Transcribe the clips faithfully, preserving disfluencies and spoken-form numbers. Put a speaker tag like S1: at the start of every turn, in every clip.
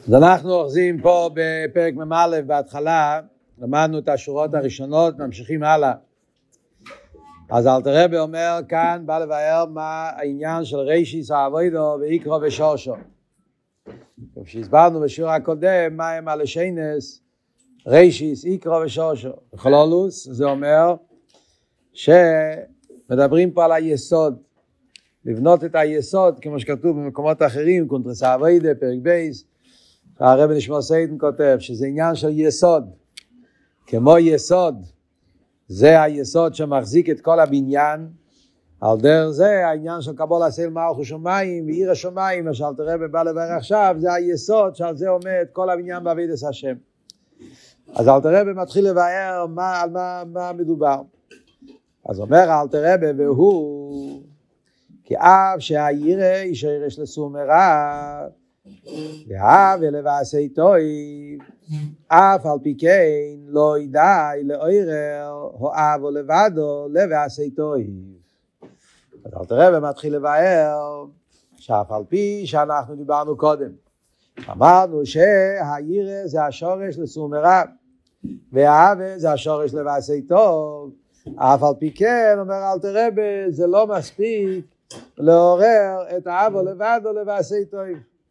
S1: אז אנחנו אוחזים פה בפרק ממלא בהתחלה, למדנו את השורות הראשונות, ממשיכים הלאה. אז אלתר רבי אומר כאן, בא לבאר מה העניין של רישיס העבודה ועיקרו ושורשו. כשהסברנו בשיעור הקודם, מה הם הלשיינס, רישיס, עיקרו ושורשו. בכלולוס זה אומר שמדברים פה על היסוד, לבנות את היסוד, כמו שכתוב במקומות אחרים, קונטרס העבודה, פרק בייס, הרב נשמע סיידן כותב שזה עניין של יסוד, כמו יסוד, זה היסוד שמחזיק את כל הבניין, על דרך זה העניין של קבול עשה מלכות שמיים ועיר השמיים, מה שאלתר רבי בא לבאר עכשיו, זה היסוד שעל זה עומד כל הבניין בעבודת השם. אז אלתר רבי מתחיל לבאר מה, על מה, מה מדובר. אז אומר אלתר רבי והוא, כי אף שהעיר ישרש לסור מרע, ואהב ולבעשי טוב, אף על פי כן לא ידעי לעורר, אוהב ולבדו לבעשי טוב. אז אלתר רבי מתחיל לבאר שאף על פי שאנחנו דיברנו קודם, אמרנו שהיראה זה השורש לסור מרע, ואהב זה השורש לבעשי טוב. אף על פי כן, אומר אלתר רבי, זה לא מספיק לעורר את האהב ולבדו לבעשי טוב.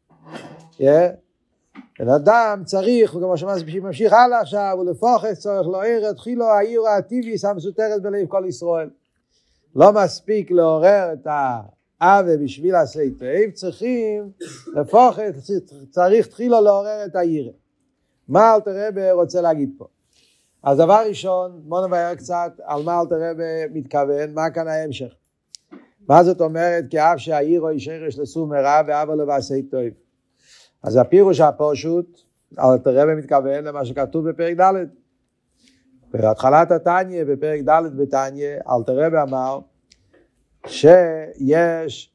S1: בן אדם צריך, כמו שממשיך הלאה עכשיו, ולפוחס צורך לעורר את חילו העיר הטבעי המסותרת בלב כל ישראל. לא מספיק לעורר את האהבה בשביל עשי טוב, צריכים לפוחס, צריך תחילו לעורר את העיר. מה אלתר רבי רוצה להגיד פה? אז דבר ראשון, בוא נבהר קצת על מה אלתר רבי מתכוון, מה כאן ההמשך. מה זאת אומרת? כי אף שהעיר הוא ישרש לסור מרע ואהב לבעשי טוב. אז הפירוש הפשוט, אלתר רבי מתכוון למה שכתוב בפרק ד'. בהתחלת התניא, בפרק ד' בתניא, אלתר רבי אמר שיש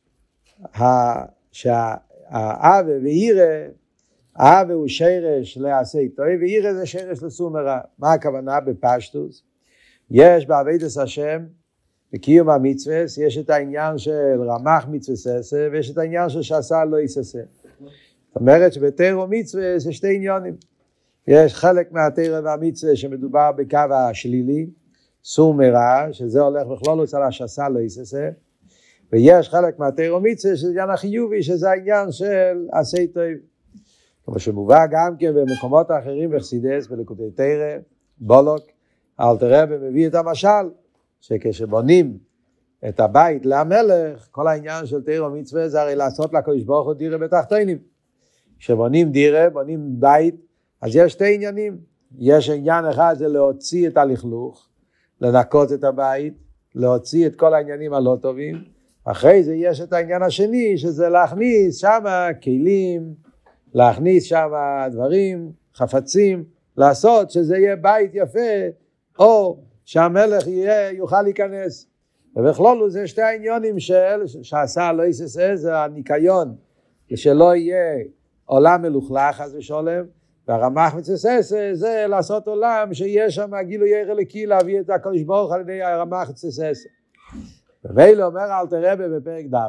S1: שהאהבה ויראה, האהבה הוא שרש לעשי טוב, ויראה זה שרש לסור מרע. מה הכוונה בפשטוס? יש בעבודת השם, בקיום המצווה, יש את העניין של רמ"ח מצווה ססה, ויש את העניין של שעשה לא יססה. זאת אומרת שבתורה ומצווה זה שתי עניונים. יש חלק מהתורה והמצווה שמדובר בקו השלילי, סור מרע, שזה הולך בכללות על השעשה לא יססה, ויש חלק מהתורה ומצווה שזה עניין החיובי, שזה העניין של עשי טוב. כמו שמובא גם כן במקומות האחרים בחסידות, בליקוטי תורה, בולוק, אלתר רבי מביא את המשל, שכשבונים את הבית למלך, כל העניין של תורה ומצווה זה הרי לעשות לקדוש ברוך הוא דירה בתחתונים. כשבונים דירה, בונים בית, אז יש שתי עניינים. יש עניין אחד זה להוציא את הלכלוך, לנקות את הבית, להוציא את כל העניינים הלא טובים. אחרי זה יש את העניין השני, שזה להכניס שם כלים, להכניס שם דברים, חפצים, לעשות שזה יהיה בית יפה, או שהמלך יהיה, יוכל להיכנס. ובכלול זה שתי העניונים של שעשה לא יססה, זה הניקיון, שלא יהיה עולם מלוכלך אז ושולם, והרמ"ח מצווה ססה זה לעשות עולם שיהיה שם גילוי עיר אלוקי, להביא את הקדוש ברוך על ידי הרמ"ח מצווה ססה. ומילא אומר אלתר רבי בפרק ד',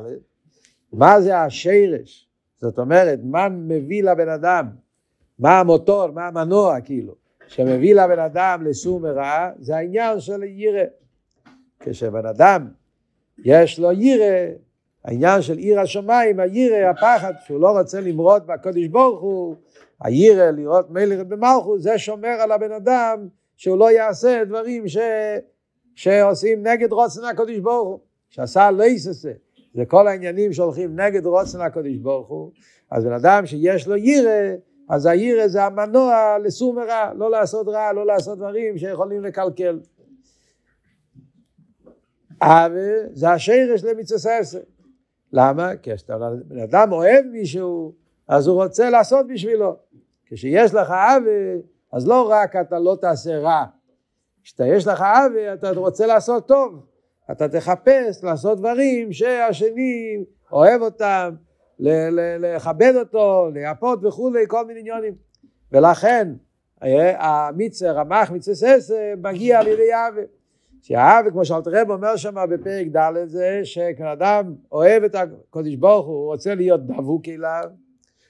S1: מה זה השרש? זאת אומרת, מה מביא לבן אדם? מה המוטור, מה המנוע כאילו? שמביא לבן אדם לסור מרע, זה העניין של יראה. כשבן אדם יש לו יראה, העניין של עיר השמיים, היראה, הפחד, שהוא לא רוצה למרוד בקדוש ברוך הוא, היראה, לראות מלך במלכות, זה שומר על הבן אדם, שהוא לא יעשה דברים ש... שעושים נגד רוצן הקדוש ברוך הוא, שעשה לא יססה. זה כל העניינים שהולכים נגד רוצן הקדוש ברוך הוא. אז בן אדם שיש לו יראה, אז היראה זה המנוע לסור מרע, לא לעשות רע, לא לעשות דברים שיכולים לקלקל. אבל זה השרש למצווה ססה. למה? כי כשבן אדם אוהב מישהו, אז הוא רוצה לעשות בשבילו. כשיש לך אהבה, אז לא רק אתה לא תעשה רע. כשיש לך אהבה, אתה רוצה לעשות טוב. אתה תחפש לעשות דברים שהשני אוהב אותם, לכבד אותו, ליפות וכו', כל מיני עניינים. ולכן, המצווה, רמ"ח מצווה ססה, מגיע על ידי אהבה. שהאהבה, כמו שאלתר רבי אומר שם בפרק ד' זה שכשאדם אוהב את הקדוש ברוך הוא, הוא רוצה להיות דבוק אליו,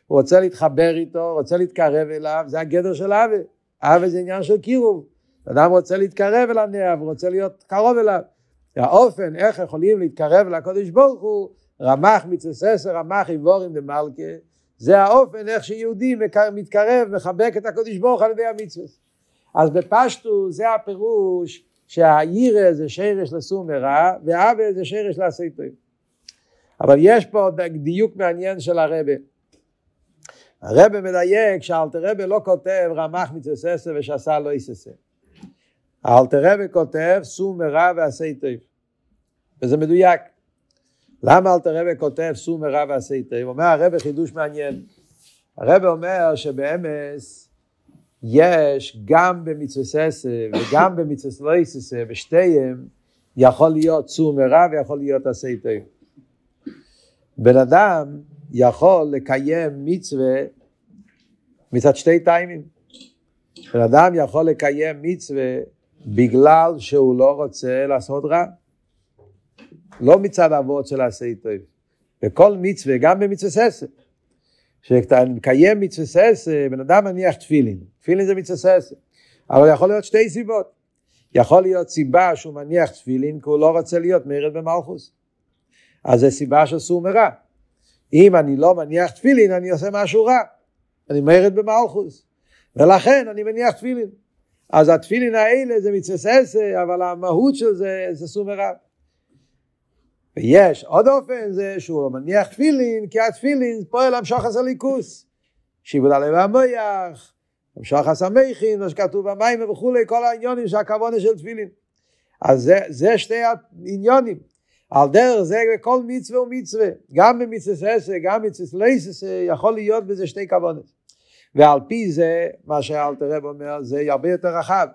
S1: הוא רוצה להתחבר איתו, רוצה להתקרב אליו, זה הגדר של אהבה. אהבה זה עניין של קירוב. אדם רוצה להתקרב אל הנאהב, הוא רוצה להיות קרוב אליו. האופן, איך יכולים להתקרב לקדוש ברוך הוא, רמ"ח מצווה רמ"ח איבורים דמלכה, זה האופן איך שיהודי מתקרב, מחבק את הקדוש ברוך על ידי המצווה. אז בפשטות זה הפירוש שהירא זה שרש לסור מרע, והאהבה זה שרש לעשה טוב. אבל יש פה דיוק מעניין של הרבי. הרבי מדייק שאלתר רבי לא כותב רמ"ח מצווה ושעשה לא יססה. האלתר רבי כותב סור מרע ועשה טוב. וזה מדויק. למה אלתר רבי כותב סור מרע ועשה טוב? הוא אומר הרבי חידוש מעניין. הרבי אומר שבאמס יש גם במצווה וגם במצווה לא יססה, בשתיהם יכול להיות סור מרע ויכול להיות עשה טוב. בן אדם יכול לקיים מצווה מצד שתי טיימים. בן אדם יכול לקיים מצווה בגלל שהוא לא רוצה לעשות רע. לא מצד אבות של עשה טוב. בכל מצווה, גם במצווה ססה. כשאתה מקיים מצווה ססה, בן אדם מניח תפילין. תפילין זה מצווה ססה. אבל יכול להיות שתי סיבות. יכול להיות סיבה שהוא מניח תפילין כי הוא לא רוצה להיות מרד במלכוס. אז זה סיבה של סור מרע. אם אני לא מניח תפילין, אני עושה משהו רע. אני מרד במלכוס. ולכן אני מניח תפילין. אז התפילין האלה זה מצווה ססה, אבל המהות של זה זה סור מרע. ויש עוד אופן זה שהוא מניח תפילין, כי התפילין פועל המשוך עשה ליכוס. שיבוד הלב והמויח, המשוך עשה מייכין, מה שכתוב במים וכו', כל העניונים שהכוונה של תפילין. אז זה, זה שתי העניונים. על דרך זה כל מצווה ומצווה, גם במצווה ססה, גם במצווה לא ססה, יכול להיות בזה שתי כוונות. ועל פי זה, מה שאלתר רבי אומר, זה הרבה יותר רחב.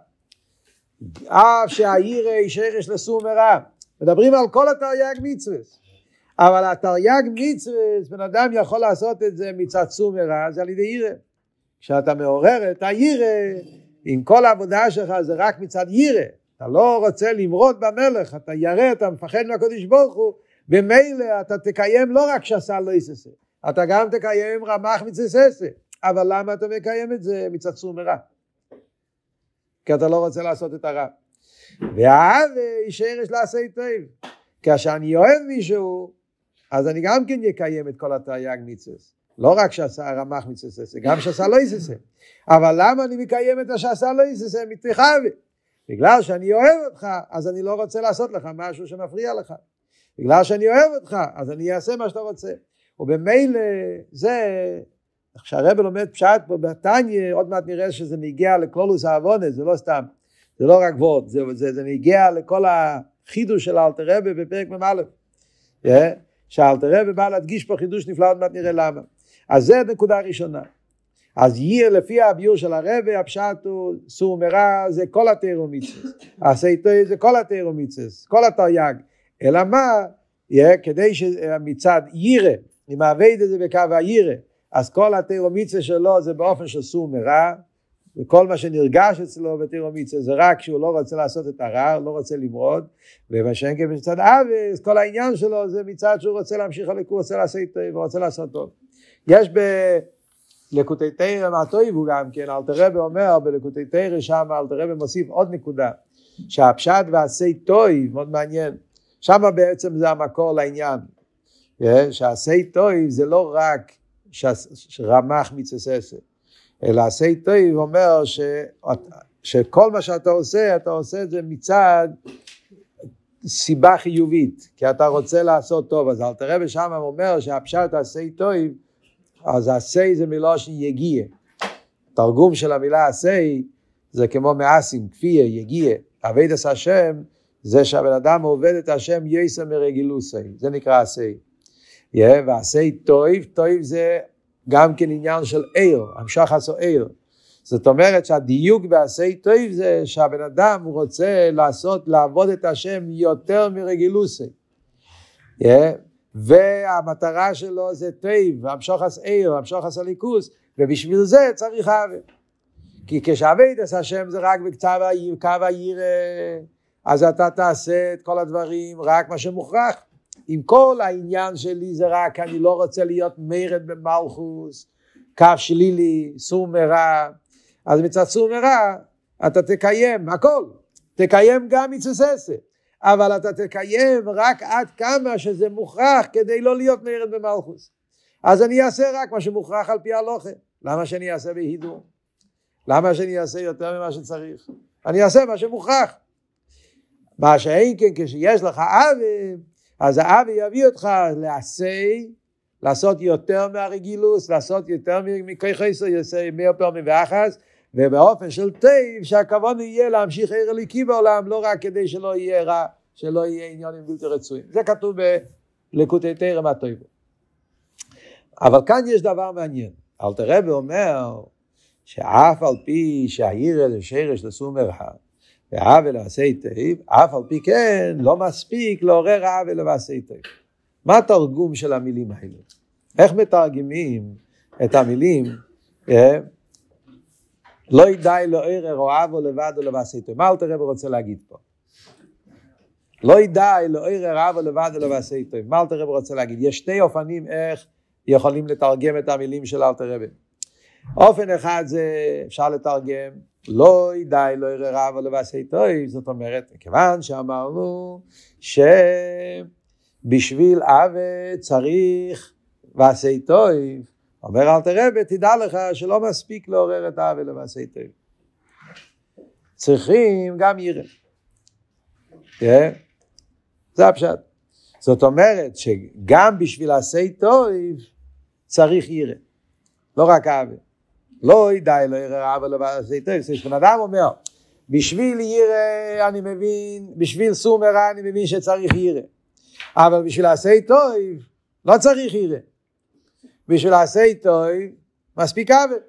S1: אף שהירא היא שרש לסור מרע. מדברים על כל התרי"ג מצוות. אבל התרי"ג מצוות, בן אדם יכול לעשות את זה מצד סור מרע, זה על ידי ירא. כשאתה מעורר את הירא, עם כל העבודה שלך זה רק מצד ירא. אתה לא רוצה למרוד במלך, אתה ירא, אתה מפחד מהקדוש ברוך הוא, במילא אתה תקיים לא רק שעשה לא יססה, אתה גם תקיים רמ"ח מצווה ססה. אבל למה אתה מקיים את זה מצד סור מרע? כי אתה לא רוצה לעשות את הרע. והאהבה היא שרש לעשה טוב. כשאני אוהב מישהו, אז אני גם כן יקיים את כל התרי"ג מצוות. לא רק שעשה רמ"ח מצווה ססה, גם שעשה לא יססה. אבל למה אני מקיים את השעשה לא יססה? מתחווה. בגלל שאני אוהב אותך, אז אני לא רוצה לעשות לך משהו שמפריע לך. בגלל שאני אוהב אותך, אז אני אעשה מה שאתה רוצה. ובמילא זה, כשהרבי לומד פשט פה בתניא, עוד מעט נראה שזה נגיע לכלולוס העוונה, זה לא סתם, זה לא רק וורט, זה, זה, זה נגיע לכל החידוש של אלתר רבי בפרק ממ"א. Yeah? שהאלתר רבי בא להדגיש פה חידוש נפלא, עוד מעט נראה למה. אז זה הנקודה הראשונה. אז יהיה לפי הביור של הרבי, הפשט הוא סור מרע, זה כל התורה ומצוות. עשה טוב זה כל התורה ומצוות, כל התרי"ג. אלא מה? יהיה כדי שמצד ירא, אם מעבד את זה בקו הירא, אז כל התורה ומצוות שלו זה באופן של סור מרע, וכל מה שנרגש אצלו בתורה ומצוות זה רק שהוא לא רוצה לעשות את הרע, הוא לא רוצה למרוד, ומה שאין כן מצד אהבה, כל העניין שלו זה מצד שהוא רוצה להמשיך הלכות, רוצה לעשות טוב, ורוצה לעשות טוב. יש ב... לקוטי תורה מהטוב הוא גם כן, אלתר רבי אומר בלקוטי תורה שם אלתר רבי מוסיף עוד נקודה, שהפשט ועשה טוב, מאוד מעניין, שם בעצם זה המקור לעניין, שעשה טוב זה לא רק רמ"ח מצווה ססה, אלא עשה טוב אומר ש... שכל מה שאתה עושה, אתה עושה את זה מצד סיבה חיובית, כי אתה רוצה לעשות טוב, אז אלתר רבי שם אומר שהפשט עשה טוב, אז עשה זה מלושן יגיע. תרגום של המילה עשה זה כמו מעשים, כפייה, יגיע. עבודת השם זה שהבן אדם עובד את השם יסר מרגילוסי. זה נקרא עשה. ועשה טוב, טוב זה גם כן עניין של עיר, המשך עשו עיר. זאת אומרת שהדיוק בעשה טוב זה שהבן אדם רוצה לעשות, לעבוד את השם יותר מרגילוסי. והמטרה שלו זה טוב, המשוך הסעיר, המשוך הסליקוס, ובשביל זה צריך אהבה. כי כשעבודת השם זה רק בקצב קו הירא, אז אתה תעשה את כל הדברים רק מה שמוכרח. אם כל העניין שלי זה רק אני לא רוצה להיות מרד במלכוס, קו שלילי, סור מרע, אז מצד סור מרע אתה תקיים הכל, תקיים גם מצססה, אבל אתה תקיים רק עד כמה שזה מוכרח כדי לא להיות מרד במלכוס. אז אני אעשה רק מה שמוכרח על פי הלוכה. למה שאני אעשה בהידור? למה שאני אעשה יותר ממה שצריך? אני אעשה מה שמוכרח. מה שאין כן כשיש לך אבי, אז האבי יביא אותך לעשי, לעשות יותר מהרגילוס, לעשות יותר מכיחסו, יעשה מאה פעמים ואחז, ובאופן של טייב שהכוון יהיה להמשיך עיר אליקי בעולם, לא רק כדי שלא יהיה רע, שלא יהיה עניונים בלתי רצויים. זה כתוב בליקוטי תורה מהטויבה. אבל כאן יש דבר מעניין. אלתר רבי אומר שאף על פי שהעיר זה שרש לסומר אחד, והעוול לעשי טוב, אף על פי כן לא מספיק לעורר העוול לעשי טוב. מה התרגום של המילים האלה? איך מתרגמים את המילים לא ידעי לעורר או עוול לבד או לעשי טוב? מה אלתר רבי רוצה להגיד פה? לא ידעי לעורר עוול לבד או לעשי טוב. מה אלתר רבי רוצה להגיד? יש שתי אופנים איך יכולים לתרגם את המילים של אלתר רבי. אופן אחד זה אפשר לתרגם לא ידעי לא יראה רע אבל ועשה טוב, זאת אומרת, כיוון שאמרנו שבשביל עבד צריך ועשה טוב, אומר אלתר רבי, תדע לך שלא מספיק לעורר את העבד ועשה טוב. צריכים גם יראה. Yeah. זה הפשט. זאת אומרת שגם בשביל עשה טוב צריך יראה. לא רק עבד. לא ידעי לא יראה אבל ועשה טוב. שבן אדם אומר, בשביל יראה אני מבין, בשביל סור מרע אני מבין שצריך יראה. אבל בשביל עשה טוב לא צריך יראה. בשביל עשה טוב מספיק עבד.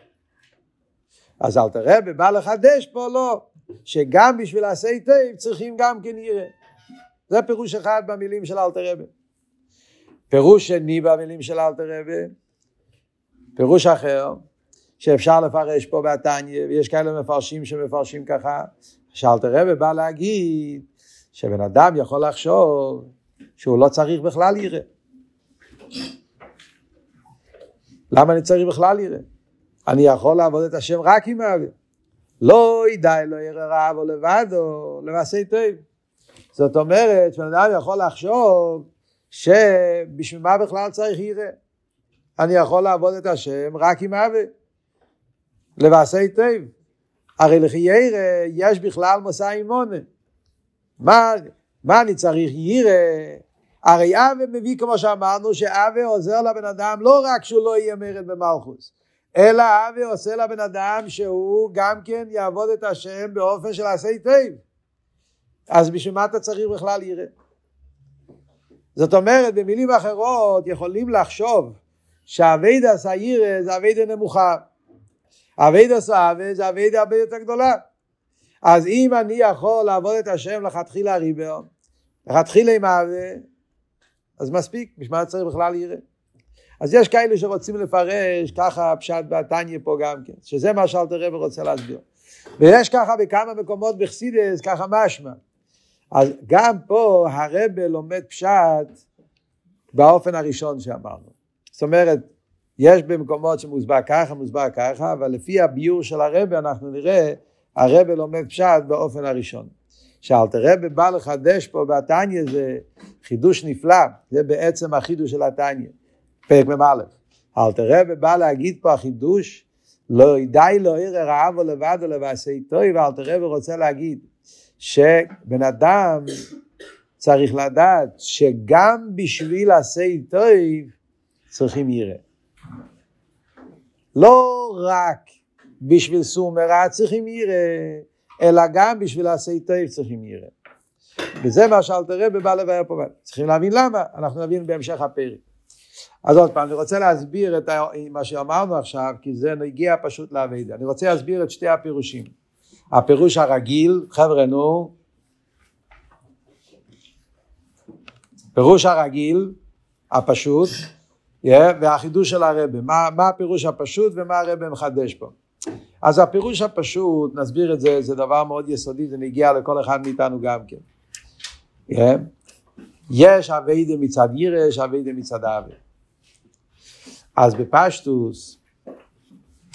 S1: אז אלתר רבי בא לחדש פה לא, שגם בשביל עשה טוב צריכים גם כן יראה. זה פירוש אחד במילים של אלתר רבי. פירוש שני במילים של אלתר רבי, פירוש אחר, שאפשר לפרש פה בתניא, ויש כאלה מפרשים שמפרשים ככה, שאלתר רבי בא להגיד, שבן אדם יכול לחשוב, שהוא לא צריך בכלל יראה. למה אני צריך בכלל יראה? אני יכול לעבוד את השם רק עם אבי. לא ידעי לא יראה רע או לבד או לבעשה טוב. זאת אומרת, שבן אדם יכול לחשוב שבשביל מה בכלל צריך יראה. אני יכול לעבוד את השם רק עם אבי. לבעשה טוב. הרי לכי יראה יש בכלל מוסא אימונה. מה, מה אני צריך יראה? הרי אבי מביא כמו שאמרנו שאבי עוזר לבן אדם לא רק שהוא לא יהיה מרד במלכוס, אלא אבי עושה לבן אדם שהוא גם כן יעבוד את השם באופן של עשה טוב. אז בשביל מה אתה צריך בכלל יראה? זאת אומרת, במילים אחרות יכולים לחשוב שהעבודה עשה יראה זה עבודה נמוכה. העבודה עשה אבי זה עבודה הרבה יותר גדולה. אז אם אני יכול לעבוד את השם לכתחילה ריבר, לכתחילה עם אבי, אז מספיק, בשביל מה צריך בכלל יראה. אז יש כאלה שרוצים לפרש ככה פשט בתניא פה גם כן, שזה מה שאלתר רבי רוצה להסביר. ויש ככה בכמה מקומות בחסידות ככה משמע. אז גם פה הרבי לומד פשט באופן הראשון שאמרנו. זאת אומרת, יש במקומות שמוסבר ככה, מוסבר ככה, אבל לפי הביור של הרבי אנחנו נראה, הרבי לומד פשט באופן הראשון. שאלתר רבי בא לחדש פה בתניא זה חידוש נפלא, זה בעצם החידוש של התניא. פרק ממלא. אלתר רבי בא להגיד פה החידוש, לא ידעי לא יראה רע או לבד או לבעשה טוב, ואלתר רבי רוצה להגיד, שבן אדם צריך לדעת, שגם בשביל עשה טוב, צריכים יראה. לא רק בשביל סור מרע צריכים יראה, אלא גם בשביל עשה טוב צריכים יראה. וזה מה שאלתר רבי בא לבאר פה. צריכים להבין למה, אנחנו נבין בהמשך הפרק. אז עוד פעם, אני רוצה להסביר את מה שאמרנו עכשיו, כי זה נגיע פשוט לעבודה. אני רוצה להסביר את שתי הפירושים. הפירוש הרגיל, חבר'ה נו, פירוש הרגיל, הפשוט, yeah, והחידוש של הרבי. מה, מה הפירוש הפשוט ומה הרבי מחדש פה. אז הפירוש הפשוט, נסביר את זה, זה דבר מאוד יסודי, זה נגיע לכל אחד מאיתנו גם כן. Yeah. יש עבודה מצד יראה, יש עבודה מצד אבי. אז בפשטוס,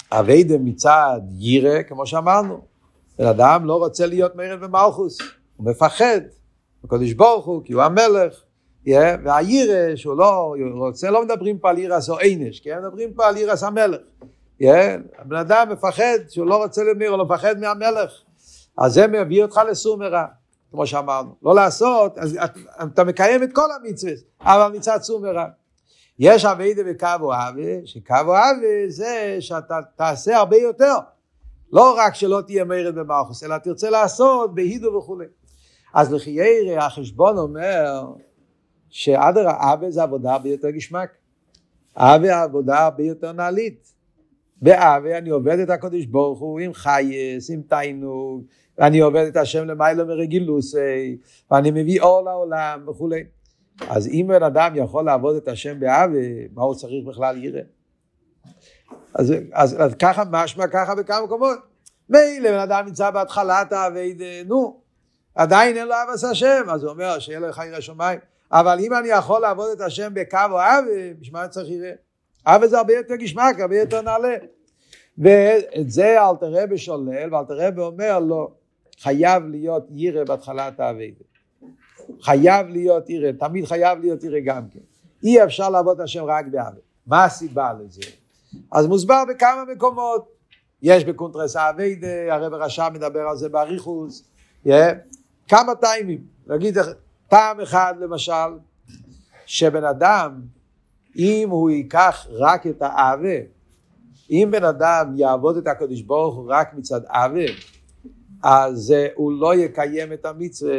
S1: אביידה מצד ירא, כמו שאמרנו, בן אדם לא רוצה להיות מרד במלכוס, הוא מפחד, הקדוש ברוך הוא, כי הוא המלך, yeah, והירא שהוא לא רוצה, לא מדברים פה על ירס או עינש, כן? מדברים פה על ירס המלך, yeah, הבן אדם מפחד שהוא לא רוצה למיר, הוא לא מפחד מהמלך, אז זה מביא אותך לסור מרע, כמו שאמרנו, לא לעשות, אז אתה מקיים את כל המצוות, אבל מצד סור מרע. יש אביידה וקו אוהבה, שקו אוהבה זה שאתה תעשה הרבה יותר, לא רק שלא תהיה מרד במלכוס, אלא תרצה לעשות בהידו וכו'. אז לחיירה החשבון אומר, שאדרא אבה זה עבודה ביותר גשמק, אבה עבודה ביותר נעלית, באבה אני עובד את הקדוש ברוך הוא עם חייס, עם תיינוג, ואני עובד את השם למיילו מרגילוסי, ואני מביא אור לעולם וכו'. אז אם בן אדם יכול לעבוד את השם באבה, מה הוא צריך בכלל יראה? אז, אז, אז ככה משמע, ככה בכמה מקומות. מילא בן אדם נמצא בהתחלת העבודה, נו, עדיין אין לו אהבת השם, אז הוא אומר שיהיה לו יראת שמיים. אבל אם אני יכול לעבוד את השם בקו או אהבה, בשביל מה צריך יראה? אהבה זה הרבה יותר גשמק, הרבה יותר נעלה. ואת זה אלתר רבי שולל, ואלתר רבי אומר לו, חייב להיות יראה בהתחלת העבודה. חייב להיות יראה, תמיד חייב להיות יראה גם כן. אי אפשר לעבוד את השם רק באהבה. מה הסיבה לזה? אז מוסבר בכמה מקומות. יש בקונטרס העבודה, הרב רש"ב מדבר על זה באריכות. Yeah. כמה טיימים. נגיד פעם אחד למשל, שבן אדם, אם הוא ייקח רק את האהבה, אם בן אדם יעבוד את הקדוש ברוך הוא רק מצד אהבה, אז הוא לא יקיים את המצווה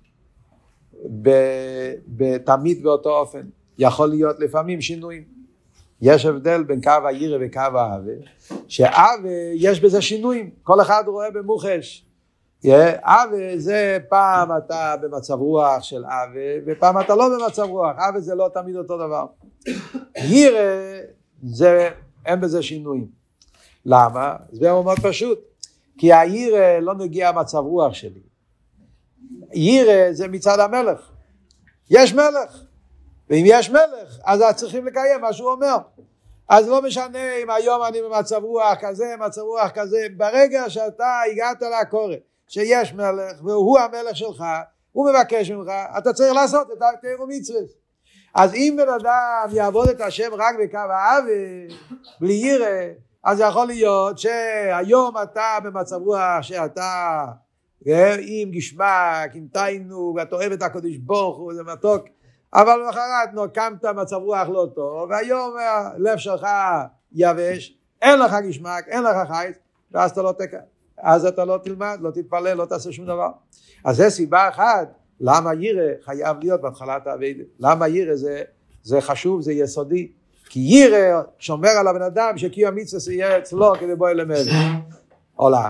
S1: תמיד באותו אופן. יכול להיות לפעמים שינויים. יש הבדל בין קו הירא וקו האהבה, שאהבה יש בזה שינויים, כל אחד רואה במוחש. אהבה זה פעם אתה במצב רוח של אהבה, ופעם אתה לא במצב רוח. אהבה זה לא תמיד אותו דבר. ירא זה, אין בזה שינויים. למה? זה מאוד פשוט. כי הירא לא נגיע מצב רוח שלי. ירא זה מצד המלך. יש מלך. ואם יש מלך, אז צריכים לקיים מה שהוא אומר. אז לא משנה אם היום אני במצב רוח כזה, מצב רוח כזה, ברגע שאתה הגעת לקורא, שיש מלך, והוא המלך שלך, הוא מבקש ממך, אתה צריך לעשות את התורה ומצוות. אז אם בן אדם יעבוד את השם רק בקו האהבה, בלי ירא, אז יכול להיות שהיום אתה במצב רוח שאתה עם גשמק, עם תיינוג, אתה אוהב את הקדוש ברוך הוא, זה מתוק, אבל מחרת נו, קמת מצב רוח לא טוב, והיום הלב שלך יבש, אין לך גשמק, אין לך חייס, ואז אתה לא תקע. אז אתה לא תלמד, לא תתפלל, לא תעשה שום דבר. אז זה סיבה אחת, למה ירא חייב להיות בהתחלת העבודה. למה ירא זה, זה חשוב, זה יסודי. כי ירא שומר על הבן אדם שקיום המצווה יהיה אצלו כדי בוא ילמד. עולה.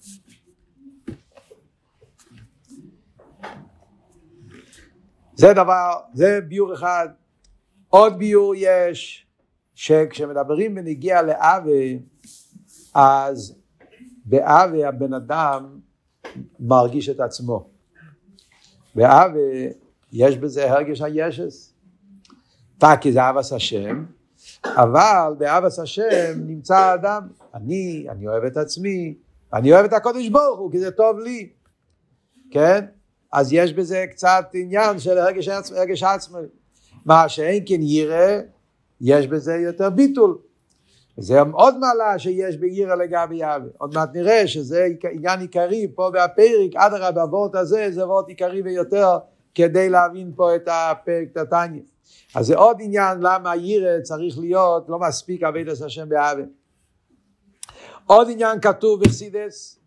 S1: זה דבר, זה ביור אחד. עוד ביור יש, שכשמדברים בנגיע לאהבה, אז באהבה הבן אדם מרגיש את עצמו. באהבה יש בזה הרגש הישס. כי זה אהבת השם, אבל באהבת השם נמצא האדם. אני, אני אוהב את עצמי, אני אוהב את הקדוש ברוך הוא, כי זה טוב לי. כן? אז יש בזה קצת עניין של הרגש, הרגש עצמי. מה שאין כן ירא, יש בזה יותר ביטול. זה עוד מעלה שיש בירא לגבי אהבה. עוד מעט נראה שזה עניין עיקרי פה בפרק, אדרבה בוורט הזה, זה וורט עיקרי ויותר, כדי להבין פה את הפרק תתניא. אז זה עוד עניין למה ירא צריך להיות, לא מספיק עבודת השם באהבה. עוד עניין כתוב בחסידות,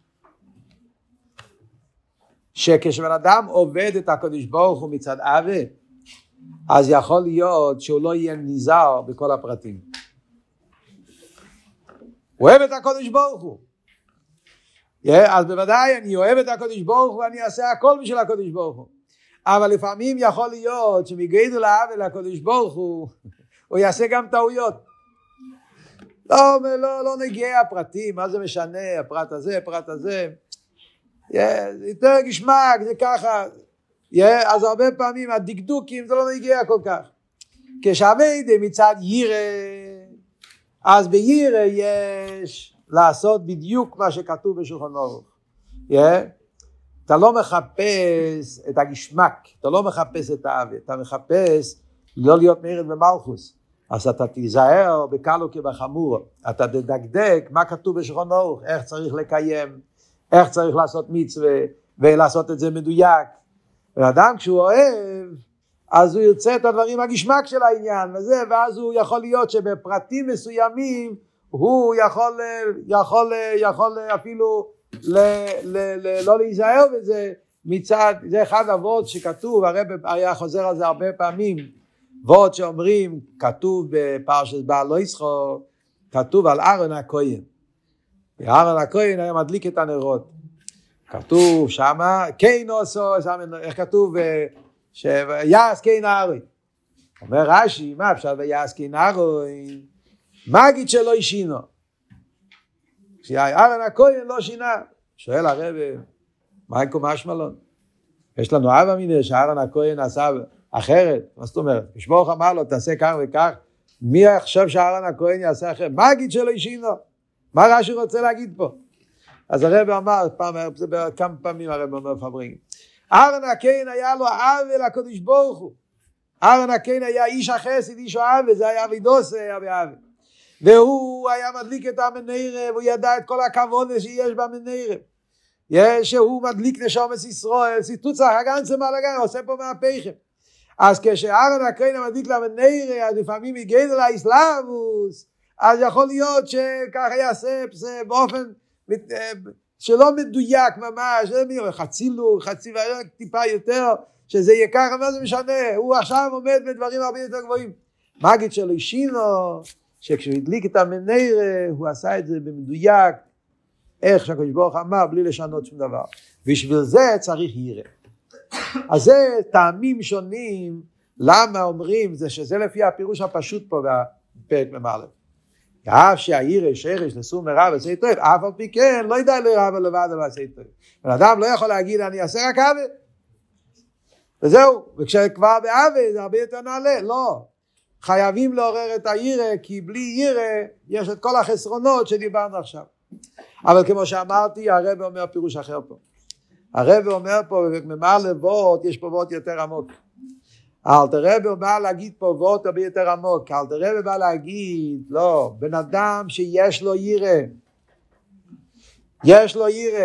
S1: שכשבן אדם עובד את הקדוש ברוך הוא מצד אהבה, אז יכול להיות שהוא לא יהיה נזהר בכל הפרטים. הוא אוהב את הקדוש ברוך הוא. אז בוודאי אני אוהב את הקדוש ברוך הוא, ואני אעשה הכל בשביל הקדוש ברוך הוא. אבל לפעמים יכול להיות שמגדול האהבה לקדוש ברוך הוא, הוא יעשה גם טעויות. לא, לא, לא נגיע הפרטים, מה זה משנה, הפרט הזה, הפרט הזה. יותר גשמק, זה ככה. אז הרבה פעמים הדקדוקים זה לא נגיע כל כך. כשעבודה מצד ירא, אז בירא יש לעשות בדיוק מה שכתוב בשולחן ערוך. Yeah. אתה לא מחפש את הגשמק, אתה לא מחפש את האווה, אתה מחפש לא להיות מרד במלכוס. אז אתה תיזהר בקלו כבחמור, אתה תדקדק מה כתוב בשולחן ערוך, איך צריך לקיים, איך צריך לעשות מצווה, ולעשות את זה מדויק. ואדם כשהוא אוהב, אז הוא ירצה את הדברים הגשמק של העניין, וזה, ואז הוא יכול להיות שבפרטים מסוימים, הוא יכול, יכול, יכול אפילו ל, ל, ל, לא להיזהר בזה, מצד, זה אחד הוות שכתוב, הרב היה חוזר על זה הרבה פעמים, וות שאומרים, כתוב בפרשת בעל לא ישחו, כתוב על אהרון הכהן. אהרון הכהן היה מדליק את הנרות. כתוב שמה, כן עושו, איך כתוב, שיעש כן אהרון. אומר רש"י, מה אפשר ויעש כן אהרון? מגיד שלא ישינו. כשאהרון הכהן לא שינה. שואל הרב, מה יקום משמלון? יש לנו אבא מיני שאהרון הכהן עשה אחרת. מה זאת אומרת? משמוך אמר לו, תעשה כך וכך. מי יחשוב שאהרון הכהן יעשה אחרת? מגיד שלא ישינו. מה רש"י רוצה להגיד פה? אז הרב אמר, פעם, כמה פעמים הרב אומר פברינג, אהרון הכהן היה לו עוול לקדוש ברוך הוא. אהרון הכהן היה איש החסד, איש העוול, זה היה אבידוס, היה בעוול. והוא היה מדליק את המנהרה, והוא ידע את כל הכבוד שיש במנהרה. שהוא מדליק נשומת ישראל, סיטוץ הגנצה מהלגן, עושה פה מהפכם. אז כשאהרון הכהן מדליק למנהרה, אז לפעמים הגיע לאסלאמוס, אז יכול להיות שככה יעשה באופן שלא מדויק ממש, חצי לו, חצי ועוד טיפה יותר, שזה יהיה ככה, מה זה משנה? הוא עכשיו עומד בדברים הרבה יותר גבוהים. מגיד שלו שינו, שכשהוא הדליק את המנהרה, הוא עשה את זה במדויק, איך שהקדוש ברוך הוא אמר, בלי לשנות שום דבר. בשביל זה צריך יראה. אז זה טעמים שונים, למה אומרים, זה שזה לפי הפירוש הפשוט פה בפרק ממלא. אף שהירא שרש לסור מרע ועשה טוב, אף על פי כן לא ידע לרע ולבד ועשה טוב. בן אדם לא יכול להגיד אני אעשה רק עוול. וזהו, וכשכבר בעוול זה הרבה יותר נעלה, לא. חייבים לעורר את הירא, כי בלי ירא יש את כל החסרונות שדיברנו עכשיו. אבל כמו שאמרתי, הרב אומר פירוש אחר פה. הרב אומר פה, בממלא וורט, יש פה וורט יותר עמוק. אלתר רבי בא להגיד פה וורט הרבה יותר עמוק. אלתר רבי בא להגיד, לא, בן אדם שיש לו ירא, יש לו ירא,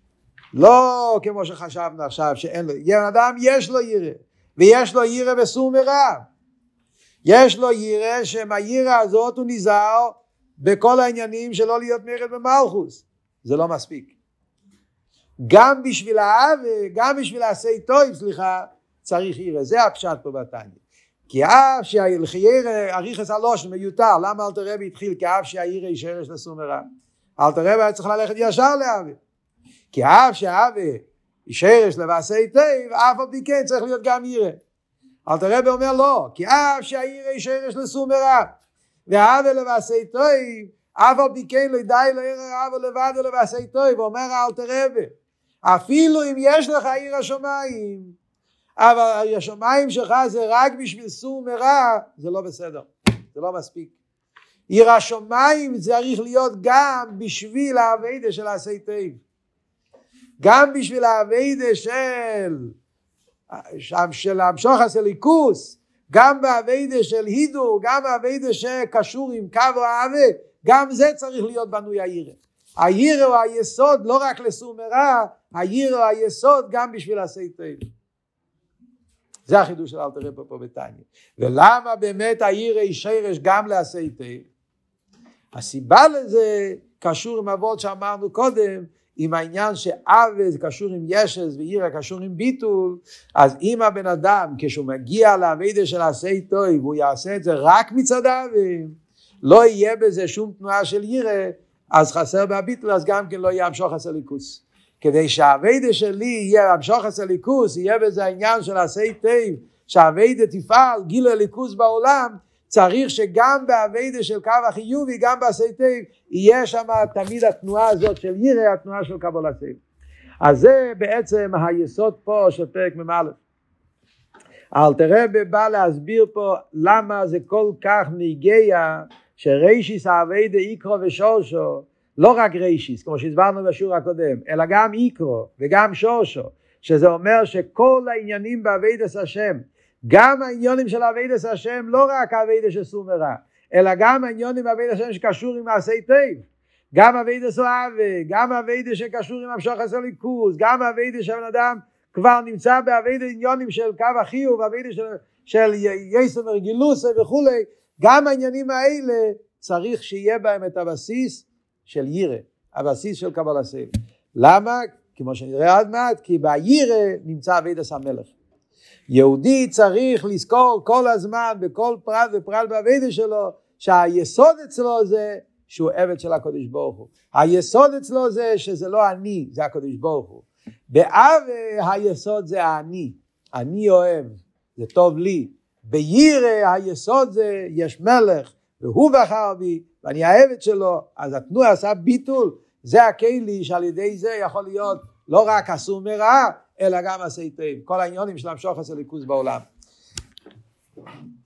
S1: לא כמו שחשבנו עכשיו שאין לו, בן אדם יש לו ירא, ויש לו ירא בסור מרע. יש לו ירא שמהירא הזאת הוא נזהר בכל העניינים שלא להיות מרד במלכוס. זה לא מספיק. גם בשביל העוול, גם בשביל העשה טוב, סליחה, צריך ירא. זה הפשט פה בתניא. כי אף שהירא אריכוס הלושן מיותר, למה אלתר רבי התחיל? כי אף שהירא ישרש לסור מרע. אלתר רבי היה צריך ללכת ישר לעוול. כי אף שהעוול ישרש לבעשה טוב, אף על פי כן צריך להיות גם ירא. אלתר רבי אומר לא, כי אף שהירא ישרש לסור מרע, והעוול לבעשה טוב, אף על פי כן לא ידע לא ירא העוול לבד ולבעשה טוב. ואומר אלתר רבי, אפילו אם יש לך עיר השמיים, אבל השמיים שלך זה רק בשביל סור מרע, זה לא בסדר, זה לא מספיק. עיר השמיים צריך להיות גם בשביל העבודה של העשה טוב, גם בשביל העבודה של של המשוך הסליקוס, גם בעבודה של הידור, גם בעבודה שקשור עם קו העווה, גם זה צריך להיות בנוי העיר. העיר הוא היסוד לא רק לסור מרע, העיר הוא היסוד גם בשביל העשה טוב. זה החידוש של אלתר רבי פה בתניא. ולמה באמת העיר ישרש גם לעשה טוב? הסיבה לזה קשור עם אבות שאמרנו קודם, עם העניין שעוול זה קשור עם ישס ועירה קשור עם ביטול. אז אם הבן אדם כשהוא מגיע לעבודה של עשה טוב והוא יעשה את זה רק מצד עוול, לא יהיה בזה שום תנועה של עירה, אז חסר בהביטול, אז גם כן לא יהיה המשוך הסליקוס. כדי שהעבודה שלי יהיה המשוך הסליקוס, יהיה בזה העניין של עשה טוב, שהעבודה תפעל גיל הליכוס בעולם, צריך שגם בעבודה של קו החיובי, גם בעשה טוב, יהיה שם תמיד התנועה הזאת של ירא, התנועה של קבלת טוב. אז זה בעצם היסוד פה של פרק ממלא. אלתר רבי בא להסביר פה למה זה כל כך נגיע, שרישיס העבודה עיקרו ושורשו, לא רק רישיס, כמו שהסברנו בשיעור הקודם, אלא גם איקרו וגם שורשו, שזה אומר שכל העניינים בעבודת השם, גם העניינים של עבודת השם, לא רק עבודת של סור מרע, אלא גם העניינים בעבודת השם שקשור עם מעשי טוב, גם עבודת אוהבה, גם עבודת שקשור עם המשוך הליכוז, גם עבודת שבן אדם כבר נמצא בעבודת עניינים של קו החיוב, עבודת של, של יסוד רגילוס וכולי, גם העניינים האלה צריך שיהיה בהם את הבסיס של ירא, הבסיס של קבלת סייל. למה? כמו שנראה עד מעט, כי בירא נמצא עבודת המלך. יהודי צריך לזכור כל הזמן, בכל פרט ופרט בעבודת שלו, שהיסוד אצלו זה שהוא עבד של הקדוש ברוך הוא. היסוד אצלו זה שזה לא אני, זה הקדוש ברוך הוא. בעווה היסוד זה אני, אני אוהב, זה טוב לי. בירא היסוד זה יש מלך, והוא בחר בי, ואני העבד שלו, אז התנועה עשה ביטול, זה הכלי שעל ידי זה יכול להיות לא רק הסור מרע, אלא גם עשה טוב. כל העניינים של המשוך הליכוז בעולם.